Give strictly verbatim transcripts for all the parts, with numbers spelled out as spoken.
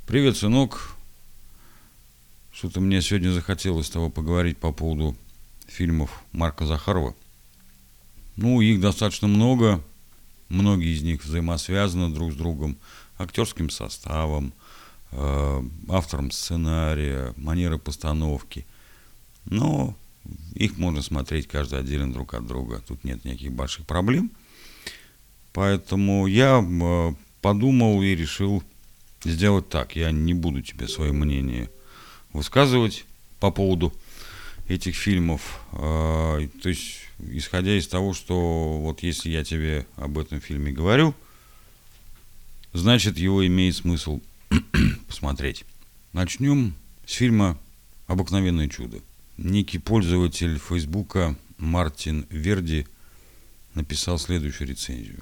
Привет, сынок. Что-то мне сегодня захотелось с тобой поговорить по поводу фильмов Марка Захарова. Ну, их достаточно много. Многие из них взаимосвязаны друг с другом. Актерским составом, э, автором сценария, манерой постановки. Но их можно смотреть каждый отдельно друг от друга. Тут нет никаких больших проблем. Поэтому я э, подумал и решил сделать так. Я не буду тебе свое мнение высказывать по поводу этих фильмов. То есть, исходя из того, что вот если я тебе об этом фильме говорю, значит, его имеет смысл посмотреть. Начнем с фильма «Обыкновенное чудо». Некий пользователь Фейсбука Мартин Верди написал следующую рецензию.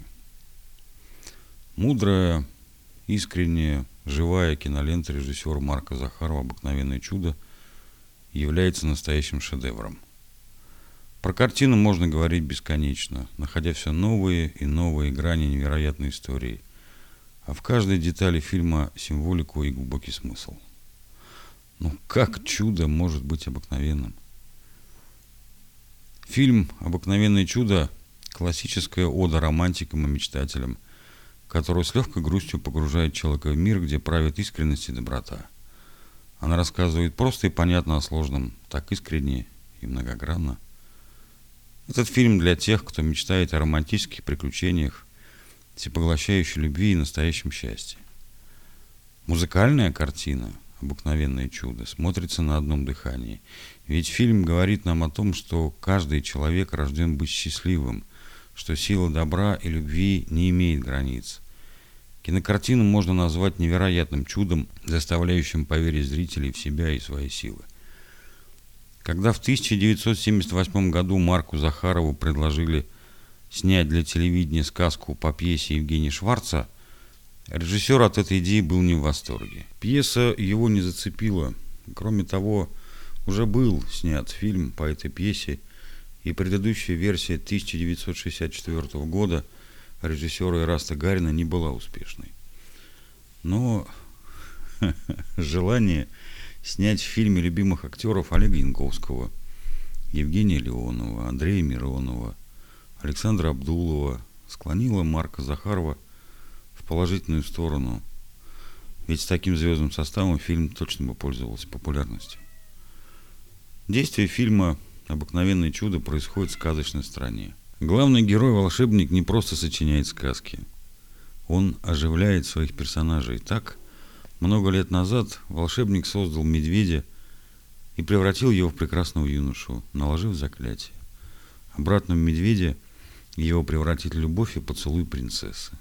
Мудрая, искренняя, живая кинолента режиссера Марка Захарова «Обыкновенное чудо» является настоящим шедевром. Про картину можно говорить бесконечно, находя все новые и новые грани невероятной истории, а в каждой детали фильма символику и глубокий смысл. Ну как чудо может быть обыкновенным? Фильм «Обыкновенное чудо» – классическая ода романтикам и мечтателям, которая с легкой грустью погружает человека в мир, где правит искренность и доброта. Она рассказывает просто и понятно о сложном, так искренне и многогранно. Этот фильм для тех, кто мечтает о романтических приключениях, всепоглощающей любви и настоящем счастье. Музыкальная картина «Обыкновенное чудо» смотрится на одном дыхании, ведь фильм говорит нам о том, что каждый человек рожден быть счастливым, что сила добра и любви не имеет границ. Кинокартину можно назвать невероятным чудом, заставляющим поверить зрителей в себя и свои силы. Когда в тысяча девятьсот семьдесят восьмом году Марку Захарову предложили снять для телевидения сказку по пьесе Евгения Шварца, режиссер от этой идеи был не в восторге. Пьеса его не зацепила. Кроме того, уже был снят фильм по этой пьесе, и предыдущая версия тысяча девятьсот шестьдесят четвёртого года режиссера Ираста Гарина не была успешной. Но желание снять в фильме любимых актеров Олега Янковского, Евгения Леонова, Андрея Миронова, Александра Абдулова склонило Марка Захарова в положительную сторону, ведь с таким звездным составом фильм точно бы пользовался популярностью. Действие фильма «Обыкновенное чудо» происходит в сказочной стране. Главный герой-волшебник не просто сочиняет сказки. Он оживляет своих персонажей. Так, много лет назад волшебник создал медведя и превратил его в прекрасного юношу, наложив заклятие. Обратно в медведя его превратит любовь и поцелуй принцессы.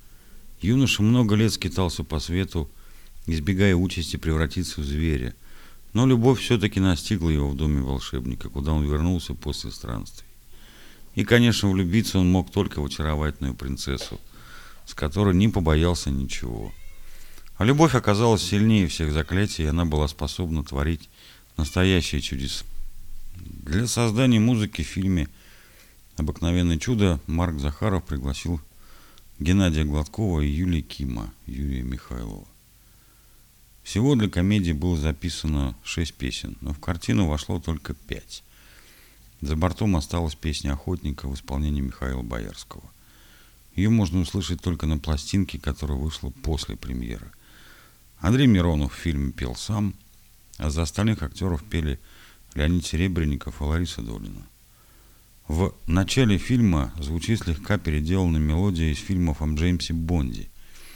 Юноша много лет скитался по свету, избегая участи превратиться в зверя. Но любовь все-таки настигла его в доме волшебника, куда он вернулся после странствий. И, конечно, влюбиться он мог только в очаровательную принцессу, с которой не побоялся ничего. А любовь оказалась сильнее всех заклятий, и она была способна творить настоящие чудеса. Для создания музыки в фильме «Обыкновенное чудо» Марк Захаров пригласил Геннадия Гладкова и Юлия Кима, Юрия Михайлова. Всего для комедии было записано шесть песен, но в картину вошло только пять. За бортом осталась песня «Охотника» в исполнении Михаила Боярского. Ее можно услышать только на пластинке, которая вышла после премьеры. Андрей Миронов в фильме пел сам, а за остальных актеров пели Леонид Серебренников и Лариса Долина. В начале фильма звучит слегка переделанная мелодия из фильмов о Джеймсе Бонде.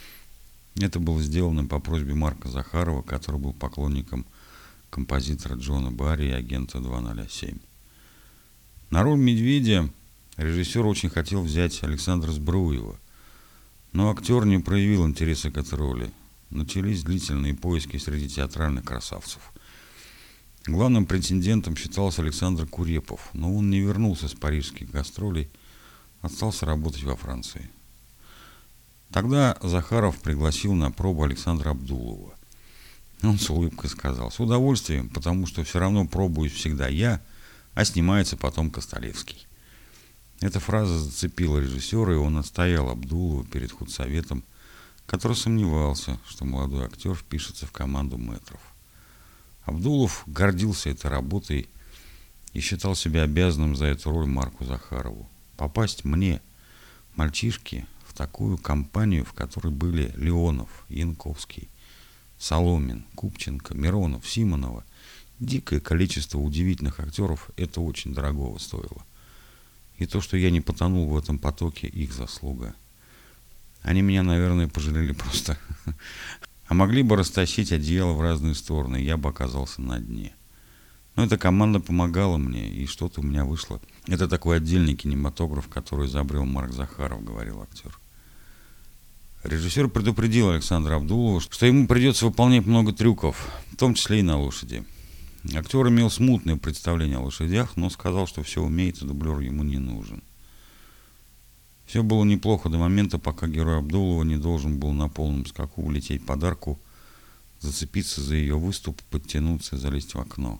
Это было сделано по просьбе Марка Захарова, который был поклонником композитора Джона Барри и агента два ноль семь. На роль медведя режиссер очень хотел взять Александра Збруева, но актер не проявил интереса к этой роли. Начались длительные поиски среди театральных красавцев. Главным претендентом считался Александр Курепов, но он не вернулся с парижских гастролей, остался работать во Франции. Тогда Захаров пригласил на пробу Александра Абдулова. Он с улыбкой сказал: «С удовольствием, потому что все равно пробуюсь всегда я, а снимается потом Костолевский». Эта фраза зацепила режиссера, и он отстоял Абдулова перед худсоветом, который сомневался, что молодой актер впишется в команду мэтров. Абдулов гордился этой работой и считал себя обязанным за эту роль Марку Захарову. Попасть мне, мальчишке, в такую компанию, в которой были Леонов, Янковский, Соломин, Купченко, Миронов, Симонова, дикое количество удивительных актеров, это очень дорогого стоило. И то, что я не потонул в этом потоке, их заслуга. Они меня, наверное, пожалели просто. А могли бы растащить одеяло в разные стороны, я бы оказался на дне. Но эта команда помогала мне, и что-то у меня вышло. Это такой отдельный кинематограф, который изобрел Марк Захаров, говорил актер. Режиссер предупредил Александра Абдулова, что ему придется выполнять много трюков, в том числе и на лошади. Актер имел смутное представление о лошадях, но сказал, что все умеет, и дублер ему не нужен. Все было неплохо до момента, пока герой Абдулова не должен был на полном скаку улететь под арку, зацепиться за ее выступ, подтянуться и залезть в окно.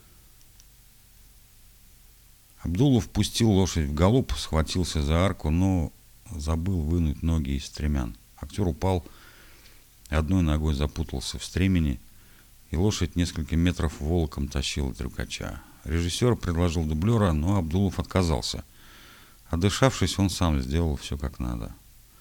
Абдулов пустил лошадь в галоп, схватился за арку, но забыл вынуть ноги из стремян. Актер упал, одной ногой запутался в стремени, и лошадь несколько метров волоком тащила трюкача. Режиссер предложил дублера, но Абдулов отказался. Отдышавшись, он сам сделал все как надо.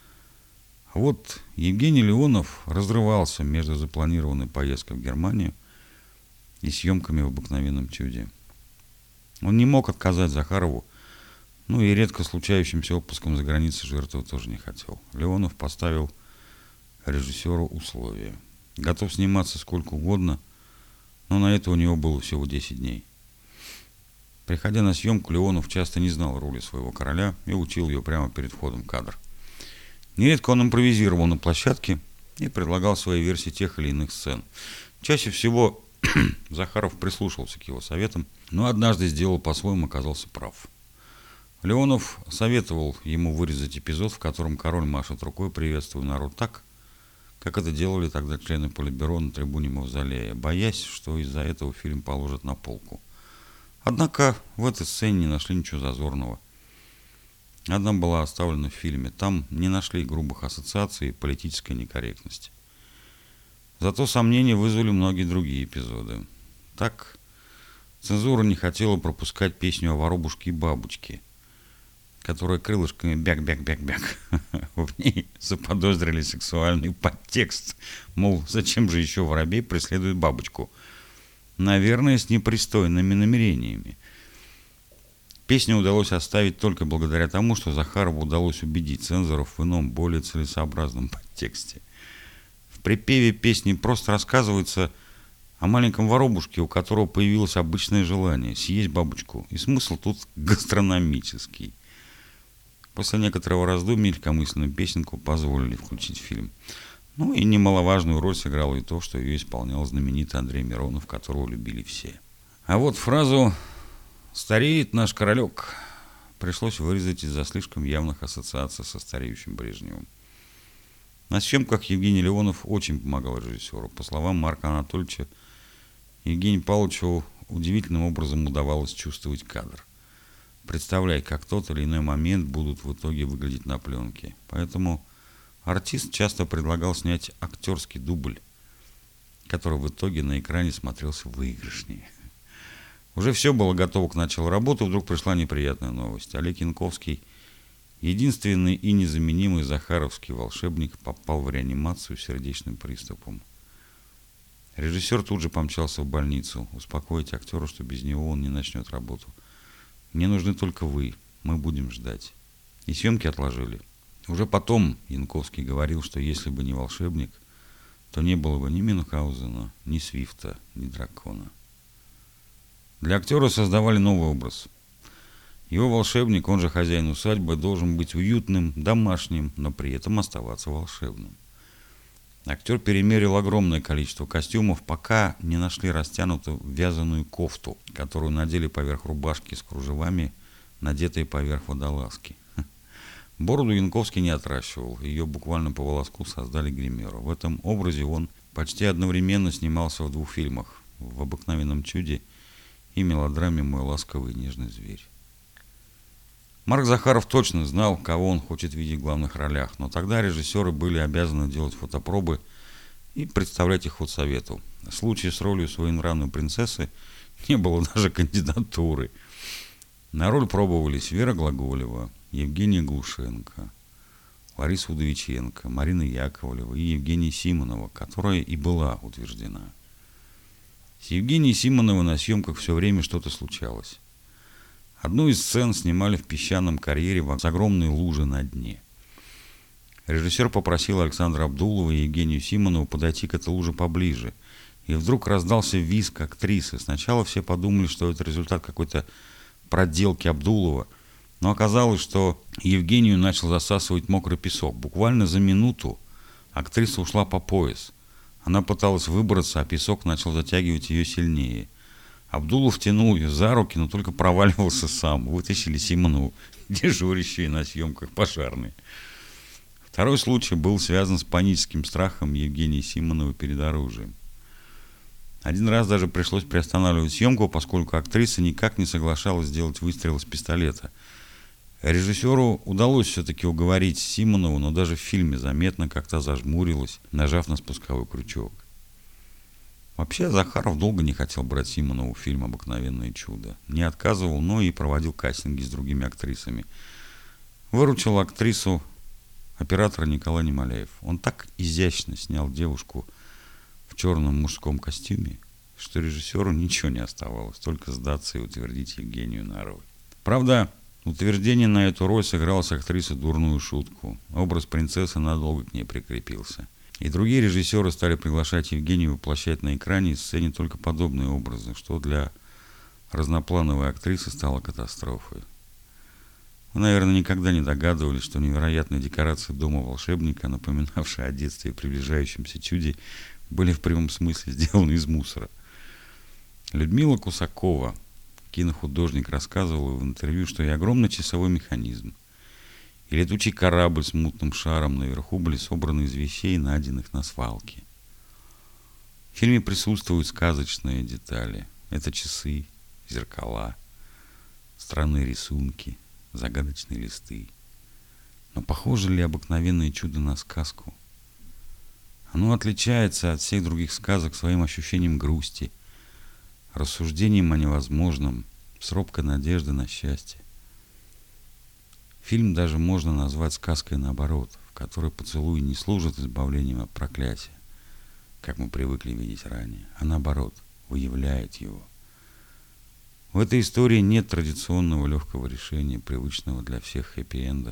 А вот Евгений Леонов разрывался между запланированной поездкой в Германию и съемками в «Обыкновенном чуде». Он не мог отказать Захарову, ну и редко случающимся отпуском за границей жертвовать тоже не хотел. Леонов поставил режиссеру условия. Готов сниматься сколько угодно, но на это у него было всего десять дней. Приходя на съемку, Леонов часто не знал роли своего короля и учил ее прямо перед входом в кадр. Нередко он импровизировал на площадке и предлагал свои версии тех или иных сцен. Чаще всего Захаров прислушивался к его советам, но однажды сделал по-своему, оказался прав. Леонов советовал ему вырезать эпизод, в котором король машет рукой, приветствуя народ так, как это делали тогда члены Политбюро на трибуне Мавзолея, боясь, что из-за этого фильм положат на полку. Однако в этой сцене не нашли ничего зазорного. Одна была оставлена в фильме. Там не нашли грубых ассоциаций и политической некорректности. Зато сомнения вызвали многие другие эпизоды. Так, цензура не хотела пропускать песню о воробушке и бабочке, которая крылышками бяк-бяк-бяк-бяк. В ней заподозрили сексуальный подтекст. Мол, зачем же еще воробей преследует бабочку? Наверное, с непристойными намерениями. Песню удалось оставить только благодаря тому, что Захарову удалось убедить цензоров в ином, более целесообразном подтексте. В припеве песни просто рассказывается о маленьком воробушке, у которого появилось обычное желание съесть бабочку. И смысл тут гастрономический. После некоторого раздумья легкомысленную песенку позволили включить в фильм. Ну и немаловажную роль сыграло и то, что ее исполнял знаменитый Андрей Миронов, которого любили все. А вот фразу «стареет наш королек» пришлось вырезать из-за слишком явных ассоциаций со стареющим Брежневым. На съемках Евгений Леонов очень помогал режиссеру. По словам Марка Анатольевича, Евгению Павловичу удивительным образом удавалось чувствовать кадр, представляя, как тот или иной момент будут в итоге выглядеть на пленке. Поэтому артист часто предлагал снять актерский дубль, который в итоге на экране смотрелся выигрышнее. Уже все было готово к началу работы, вдруг пришла неприятная новость. Олег Янковский, единственный и незаменимый захаровский волшебник, попал в реанимацию с сердечным приступом. Режиссер тут же помчался в больницу, успокоить актера, что без него он не начнет работу. «Мне нужны только вы, мы будем ждать». И съемки отложили. Уже потом Янковский говорил, что если бы не волшебник, то не было бы ни Мюнхгаузена, ни Свифта, ни Дракона. Для актера создавали новый образ. Его волшебник, он же хозяин усадьбы, должен быть уютным, домашним, но при этом оставаться волшебным. Актер перемерил огромное количество костюмов, пока не нашли растянутую вязаную кофту, которую надели поверх рубашки с кружевами, надетой поверх водолазки. Бороду Янковский не отращивал, ее буквально по волоску создали гримеру. В этом образе он почти одновременно снимался в двух фильмах: в «Обыкновенном чуде» и мелодраме «Мой ласковый и нежный зверь». Марк Захаров точно знал, кого он хочет видеть в главных ролях, но тогда режиссеры были обязаны делать фотопробы и представлять их худсовету. В случае с ролью своенравной принцессы не было даже кандидатуры. На роль пробовались Вера Глаголева, Евгения Глушенко, Лариса Удовиченко, Марина Яковлева и Евгения Симонова, которая и была утверждена. С Евгенией Симоновой на съемках все время что-то случалось. Одну из сцен снимали в песчаном карьере с огромной лужей на дне. Режиссер попросил Александра Абдулова и Евгению Симонову подойти к этой луже поближе. И вдруг раздался визг актрисы. Сначала все подумали, что это результат какой-то проделки Абдулова. Но оказалось, что Евгению начал засасывать мокрый песок. Буквально за минуту актриса ушла по пояс. Она пыталась выбраться, а песок начал затягивать ее сильнее. Абдулов тянул ее за руки, но только проваливался сам. Вытащили Симонову, дежурящие на съемках пожарные. Второй случай был связан с паническим страхом Евгении Симоновой перед оружием. Один раз даже пришлось приостанавливать съемку, поскольку актриса никак не соглашалась сделать выстрел из пистолета. Режиссеру удалось все-таки уговорить Симонову, но даже в фильме заметно, как та зажмурилась, нажав на спусковой крючок. Вообще, Захаров долго не хотел брать Симонову в фильм «Обыкновенное чудо». Не отказывал, но и проводил кастинги с другими актрисами. Выручил актрису оператора Николай Немоляев. Он так изящно снял девушку в черном мужском костюме, что режиссеру ничего не оставалось, только сдаться и утвердить Евгению на роль. Правда, утверждение на эту роль сыграло с актрисой дурную шутку. Образ принцессы надолго к ней прикрепился. И другие режиссеры стали приглашать Евгению воплощать на экране и сцене только подобные образы, что для разноплановой актрисы стало катастрофой. Вы, наверное, никогда не догадывались, что невероятные декорации дома волшебника, напоминавшие о детстве и приближающемся чуде, были в прямом смысле сделаны из мусора. Людмила Кусакова, кинохудожник, рассказывала в интервью, что и огромный часовой механизм, и летучий корабль с мутным шаром наверху были собраны из вещей, найденных на свалке. В фильме присутствуют сказочные детали. Это часы, зеркала, странные рисунки, загадочные листы. Но похоже ли «Обыкновенное чудо» на сказку? Оно отличается от всех других сказок своим ощущением грусти, рассуждением о невозможном, с робкой надеждой на счастье. Фильм даже можно назвать сказкой наоборот, в которой поцелуй не служит избавлением от проклятия, как мы привыкли видеть ранее, а наоборот, выявляет его. В этой истории нет традиционного легкого решения, привычного для всех хэппи-энда.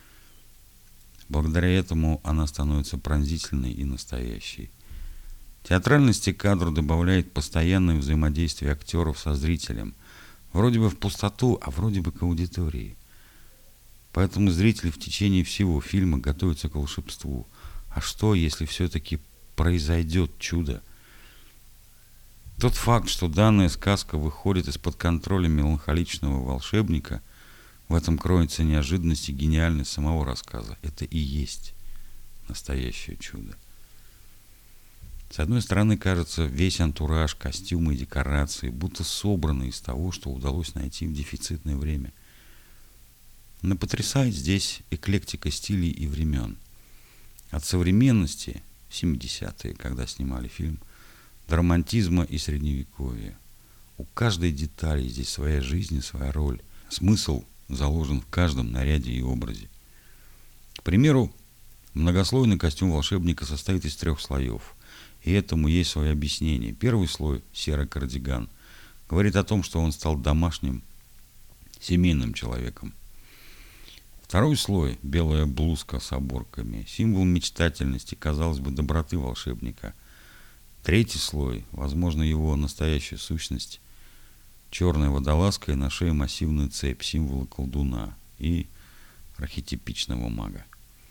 Благодаря этому она становится пронзительной и настоящей. Театральности кадру добавляет постоянное взаимодействие актеров со зрителем, вроде бы в пустоту, а вроде бы к аудитории. Поэтому зрители в течение всего фильма готовятся к волшебству. А что, если все-таки произойдет чудо? Тот факт, что данная сказка выходит из-под контроля меланхоличного волшебника, в этом кроется неожиданность и гениальность самого рассказа. Это и есть настоящее чудо. С одной стороны, кажется, весь антураж, костюмы и декорации будто собраны из того, что удалось найти в дефицитное время. Но потрясает здесь эклектика стилей и времен. От современности, семидесятые, когда снимали фильм, до романтизма и средневековья. У каждой детали здесь своя жизнь и своя роль. Смысл заложен в каждом наряде и образе. К примеру, многослойный костюм волшебника состоит из трех слоев. И этому есть свое объяснение. Первый слой, серый кардиган, говорит о том, что он стал домашним, семейным человеком. Второй слой, белая блузка с оборками, символ мечтательности, казалось бы, доброты волшебника. Третий слой, возможно, его настоящая сущность, черная водолазка и на шее массивная цепь, символы колдуна и архетипичного мага.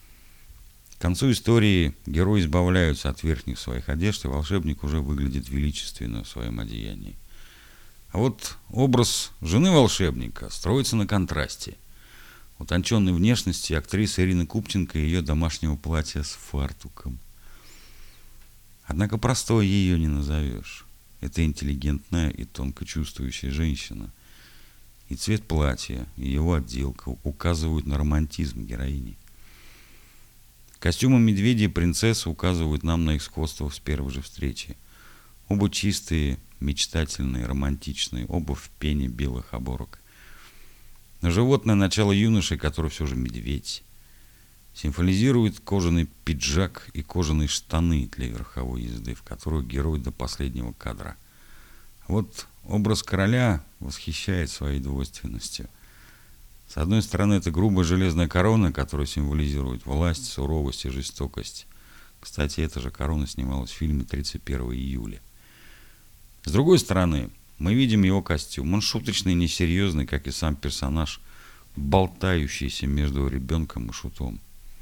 К концу истории герои избавляются от верхних своих одежд, и волшебник уже выглядит величественно в своем одеянии. А вот образ жены волшебника строится на контрасте. Утонченной внешности актрисы Ирины Купченко и ее домашнего платья с фартуком. Однако простой ее не назовешь. Это интеллигентная и тонко чувствующая женщина. И цвет платья, и его отделка указывают на романтизм героини. Костюмы медведя и принцессы указывают нам на их сходство с первой же встречи. Оба чистые, мечтательные, романтичные, оба в пене белых оборок. Но животное начало юноши, который все же медведь, символизирует кожаный пиджак и кожаные штаны для верховой езды, в которых герой до последнего кадра. Вот образ короля восхищает своей двойственностью. С одной стороны, это грубая железная корона, которая символизирует власть, суровость и жестокость. Кстати, эта же корона снималась в фильме тридцать первого июля. С другой стороны, мы видим его костюм. Он шуточный и несерьезный, как и сам персонаж, болтающийся между ребенком и шутом.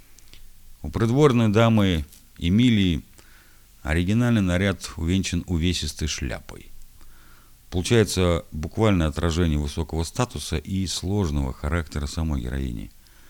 У придворной дамы Эмилии оригинальный наряд увенчан увесистой шляпой. Получается буквальное отражение высокого статуса и сложного характера самой героини.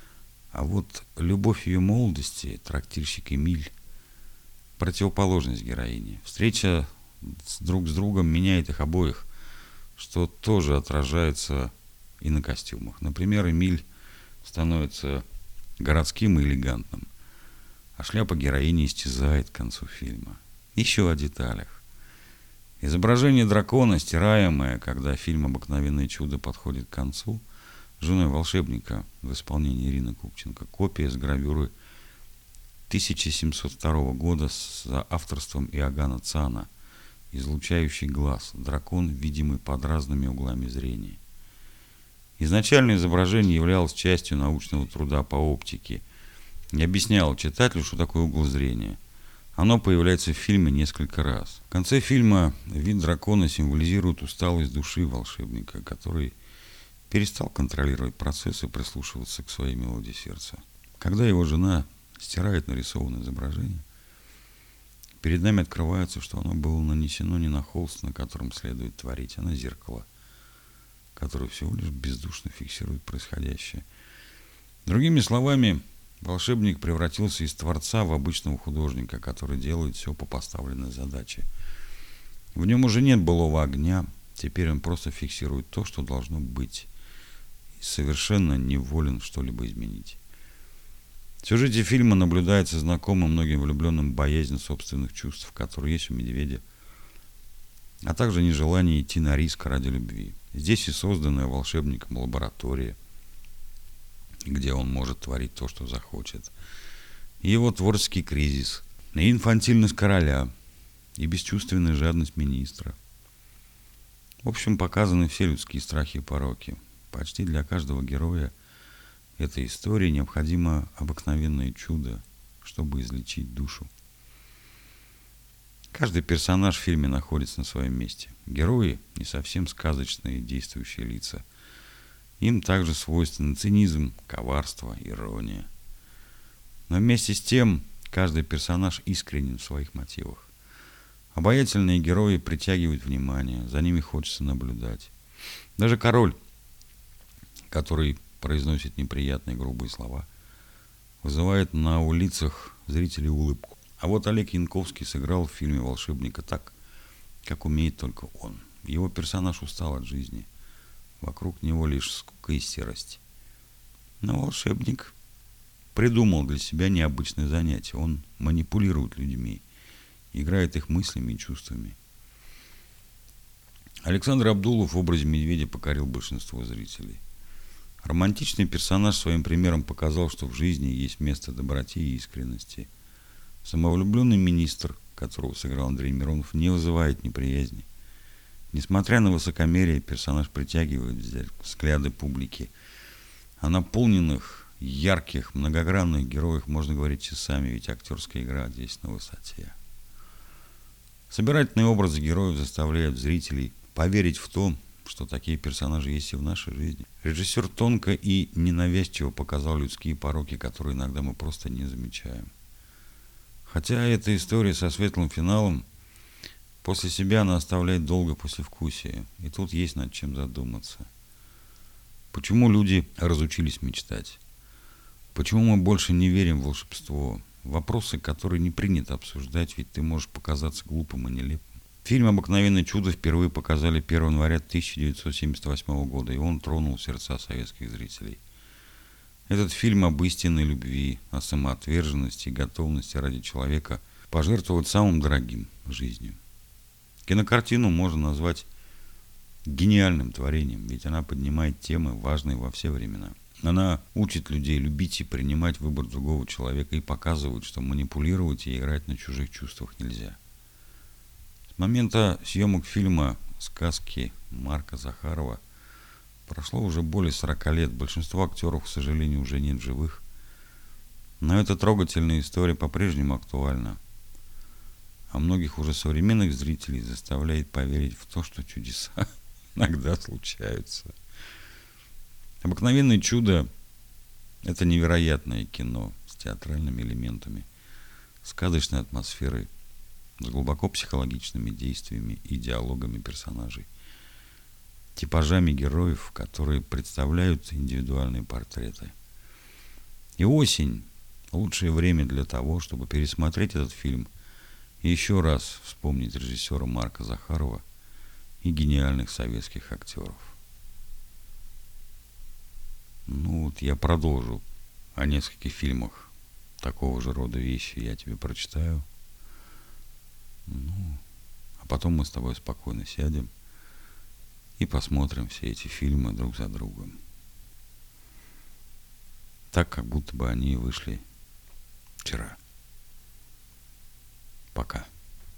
А вот любовь ее молодости, трактирщик Эмиль, противоположность героини. Встреча с друг с другом меняет их обоих, что тоже отражается и на костюмах. Например, Эмиль становится городским и элегантным, а шляпа героини исчезает к концу фильма. Еще о деталях. Изображение дракона, стираемое, когда фильм «Обыкновенное чудо» подходит к концу, женой волшебника в исполнении Ирины Купченко, копия с гравюры тысяча семьсот второго года с авторством Иоганна Цана, излучающий глаз, дракон, видимый под разными углами зрения. Изначально изображение являлось частью научного труда по оптике и объясняло читателю, что такое угол зрения. Оно появляется в фильме несколько раз. В конце фильма вид дракона символизирует усталость души волшебника, который перестал контролировать процесс и прислушиваться к своей мелодии сердца. Когда его жена стирает нарисованное изображение, перед нами открывается, что оно было нанесено не на холст, на котором следует творить, а на зеркало, которое всего лишь бездушно фиксирует происходящее. Другими словами, волшебник превратился из творца в обычного художника, который делает все по поставленной задаче. В нем уже нет былого огня, теперь он просто фиксирует то, что должно быть, и совершенно не волен что-либо изменить. В сюжете фильма наблюдается знакомая многим влюбленным боязнь собственных чувств, которые есть у медведя, а также нежелание идти на риск ради любви. Здесь и созданная волшебником лаборатория, где он может творить то, что захочет. И его творческий кризис, и инфантильность короля, и бесчувственная жадность министра. В общем, показаны все людские страхи и пороки. Почти для каждого героя этой истории необходимо обыкновенное чудо, чтобы излечить душу. Каждый персонаж в фильме находится на своем месте. Герои не совсем сказочные действующие лица. Им также свойственны цинизм, коварство, ирония. Но вместе с тем, каждый персонаж искренен в своих мотивах. Обаятельные герои притягивают внимание, за ними хочется наблюдать. Даже король, который произносит неприятные грубые слова, вызывает на лицах зрителей улыбку. А вот Олег Янковский сыграл в фильме волшебника так, как умеет только он. Его персонаж устал от жизни. Вокруг него лишь скука и серость. Но волшебник придумал для себя необычное занятие. Он манипулирует людьми, играет их мыслями и чувствами. Александр Абдулов в образе медведя покорил большинство зрителей. Романтичный персонаж своим примером показал, что в жизни есть место доброте и искренности. Самовлюбленный министр, которого сыграл Андрей Миронов, не вызывает неприязни. Несмотря на высокомерие, персонаж притягивает взгляды публики. О наполненных, ярких, многогранных героях можно говорить часами, ведь актерская игра здесь на высоте. Собирательные образы героев заставляют зрителей поверить в то, что такие персонажи есть и в нашей жизни. Режиссер тонко и ненавязчиво показал людские пороки, которые иногда мы просто не замечаем. Хотя эта история со светлым финалом, после себя она оставляет долго послевкусие. И тут есть над чем задуматься. Почему люди разучились мечтать? Почему мы больше не верим в волшебство? Вопросы, которые не принято обсуждать, ведь ты можешь показаться глупым и нелепым. В Фильм «Обыкновенное чудо» впервые показали первого января тысяча девятьсот семьдесят восьмого года, и он тронул сердца советских зрителей. Этот фильм об истинной любви, о самоотверженности и готовности ради человека пожертвовать самым дорогим – жизнью. Кинокартину можно назвать гениальным творением, ведь она поднимает темы, важные во все времена. Она учит людей любить и принимать выбор другого человека и показывает, что манипулировать и играть на чужих чувствах нельзя. С момента съемок фильма «Сказки» Марка Захарова прошло уже более сорока лет. Большинство актеров, к сожалению, уже нет в живых. Но эта трогательная история по-прежнему актуальна. А многих уже современных зрителей заставляет поверить в то, что чудеса иногда случаются. «Обыкновенное чудо» – это невероятное кино с театральными элементами, сказочной атмосферой, с глубоко психологичными действиями и диалогами персонажей, типажами героев, которые представляют индивидуальные портреты. И осень – лучшее время для того, чтобы пересмотреть этот фильм и еще раз вспомнить режиссера Марка Захарова и гениальных советских актеров. Ну вот я продолжу о нескольких фильмах такого же рода вещи я тебе прочитаю. Ну, а потом мы с тобой спокойно сядем и посмотрим все эти фильмы друг за другом. Так, как будто бы они вышли вчера. Пока.